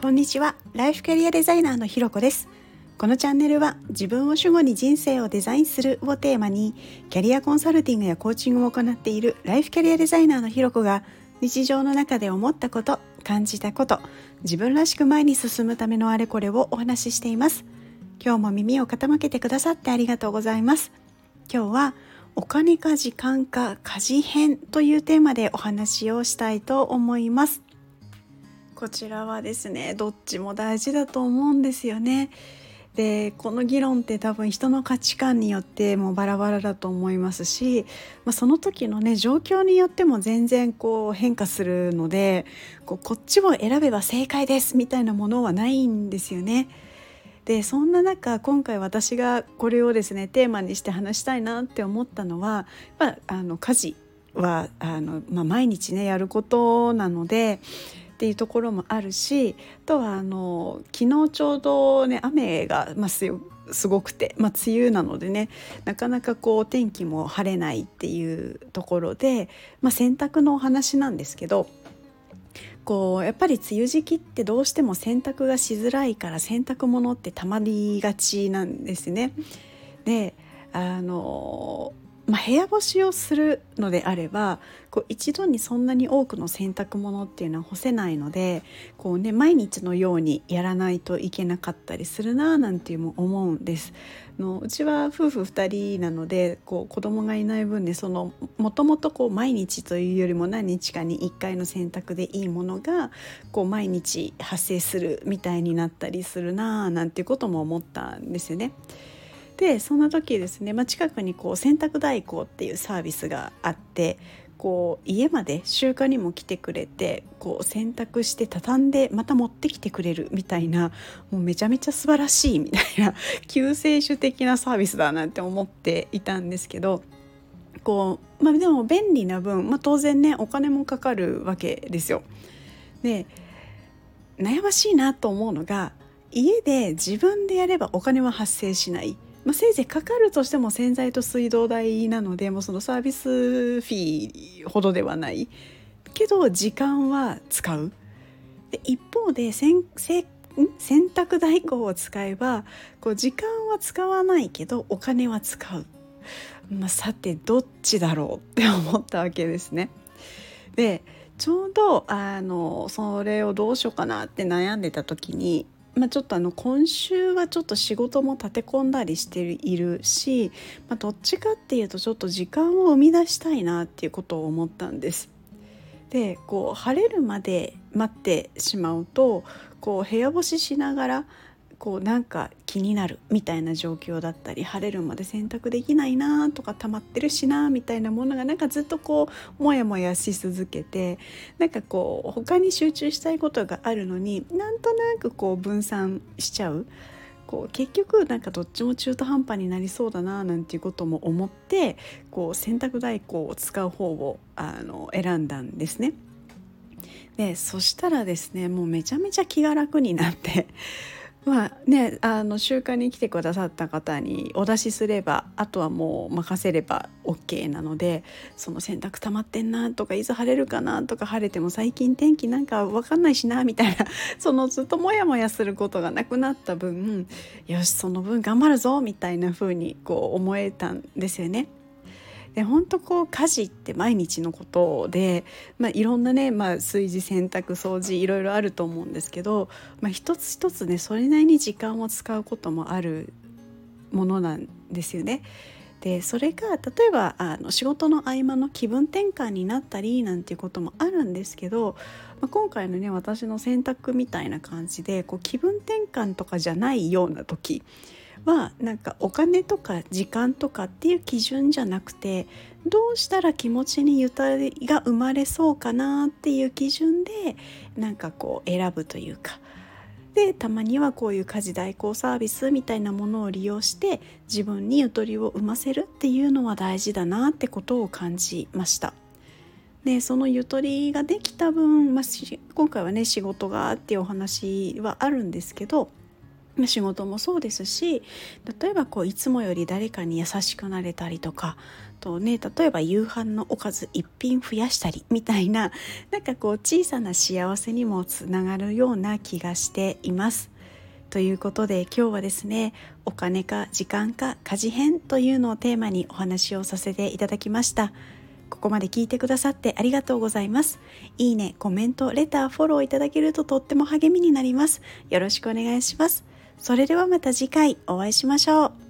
こんにちは。ライフキャリアデザイナーのひろこです。このチャンネルは自分を主語に人生をデザインするをテーマにキャリアコンサルティングやコーチングを行っているライフキャリアデザイナーのひろこが日常の中で思ったこと、感じたこと、自分らしく前に進むためのあれこれをお話ししています。今日も耳を傾けてくださってありがとうございます。今日はお金か時間か家事編というテーマでお話をしたいと思います。こちらはですね、どっちも大事だと思うんですよね。で、この議論って多分人の価値観によってもバラバラだと思いますし、その時のね状況によっても全然変化するので、こっちを選べば正解ですみたいなものはないんですよね。で、そんな中今回私がこれをですねテーマにして話したいなって思ったのは、家事は毎日ねやることなのでっていうところもあるし、あとは昨日ちょうどね雨が、すごくて、梅雨なのでねなかなか天気も晴れないっていうところで、洗濯のお話なんですけど、やっぱり梅雨時期ってどうしても洗濯がしづらいから洗濯物ってたまりがちなんですね。で、部屋干しをするのであれば一度にそんなに多くの洗濯物っていうのは干せないので毎日のようにやらないといけなかったりするななんていうも思うんです。うちは夫婦2人なので子供がいない分でもともと毎日というよりも何日かに1回の洗濯でいいものが毎日発生するみたいになったりするななんていうことも思ったんですよね。でそんな時ですね、近くに洗濯代行っていうサービスがあって、家まで集荷にも来てくれて洗濯して畳んでまた持ってきてくれるみたいな、もうめちゃめちゃ素晴らしいみたいな救世主的なサービスだなんて思っていたんですけど、でも便利な分、当然ねお金もかかるわけですよ。で悩ましいなと思うのが、家で自分でやればお金は発生しない、せいぜいかかるとしても洗剤と水道代なので、もうそのサービスフィーほどではないけど時間は使う。で一方で洗濯代行を使えば時間は使わないけどお金は使う、さてどっちだろうって思ったわけですね。でちょうどそれをどうしようかなって悩んでた時に、ちょっと今週はちょっと仕事も立て込んだりしているし、どっちかっていうとちょっと時間を生み出したいなっていうことを思ったんです。で晴れるまで待ってしまうと部屋干ししながらなんか気になるみたいな状況だったり、晴れるまで洗濯できないなとか溜まってるしなみたいなものがずっともやもやし続けて、他に集中したいことがあるのになんとなく分散しちゃう、結局どっちも中途半端になりそうだななんていうことも思って洗濯代行を使う方を選んだんですね。でそしたらですね、もうめちゃめちゃ気が楽になって集荷に来てくださった方にお出しすればあとはもう任せれば OK なので、その洗濯溜まってんなとかいつ晴れるかなとか、晴れても最近天気分かんないしなみたいなずっとモヤモヤすることがなくなった分、よしその分頑張るぞみたいな風に思えたんですよね。で本当家事って毎日のことで、いろんなね、炊事洗濯掃除いろいろあると思うんですけど、一つ一つねそれなりに時間を使うこともあるものなんですよね。でそれが例えば仕事の合間の気分転換になったりなんていうこともあるんですけど、今回のね私の選択みたいな感じで気分転換とかじゃないような時はお金とか時間とかっていう基準じゃなくて、どうしたら気持ちにゆとりが生まれそうかなっていう基準で選ぶというか、でたまにはこういう家事代行サービスみたいなものを利用して自分にゆとりを生ませるっていうのは大事だなってことを感じました。でそのゆとりができた分、今回はね仕事がっていうお話はあるんですけど、 仕事もそうですし、例えばいつもより誰かに優しくなれたりとかとね、例えば夕飯のおかず一品増やしたりみたいな、小さな幸せにもつながるような気がしています。ということで今日はですね、お金か時間か家事編というのをテーマにお話をさせていただきました。ここまで聞いてくださってありがとうございます。いいね、コメント、レター、フォローいただけるととっても励みになります。よろしくお願いします。それではまた次回お会いしましょう。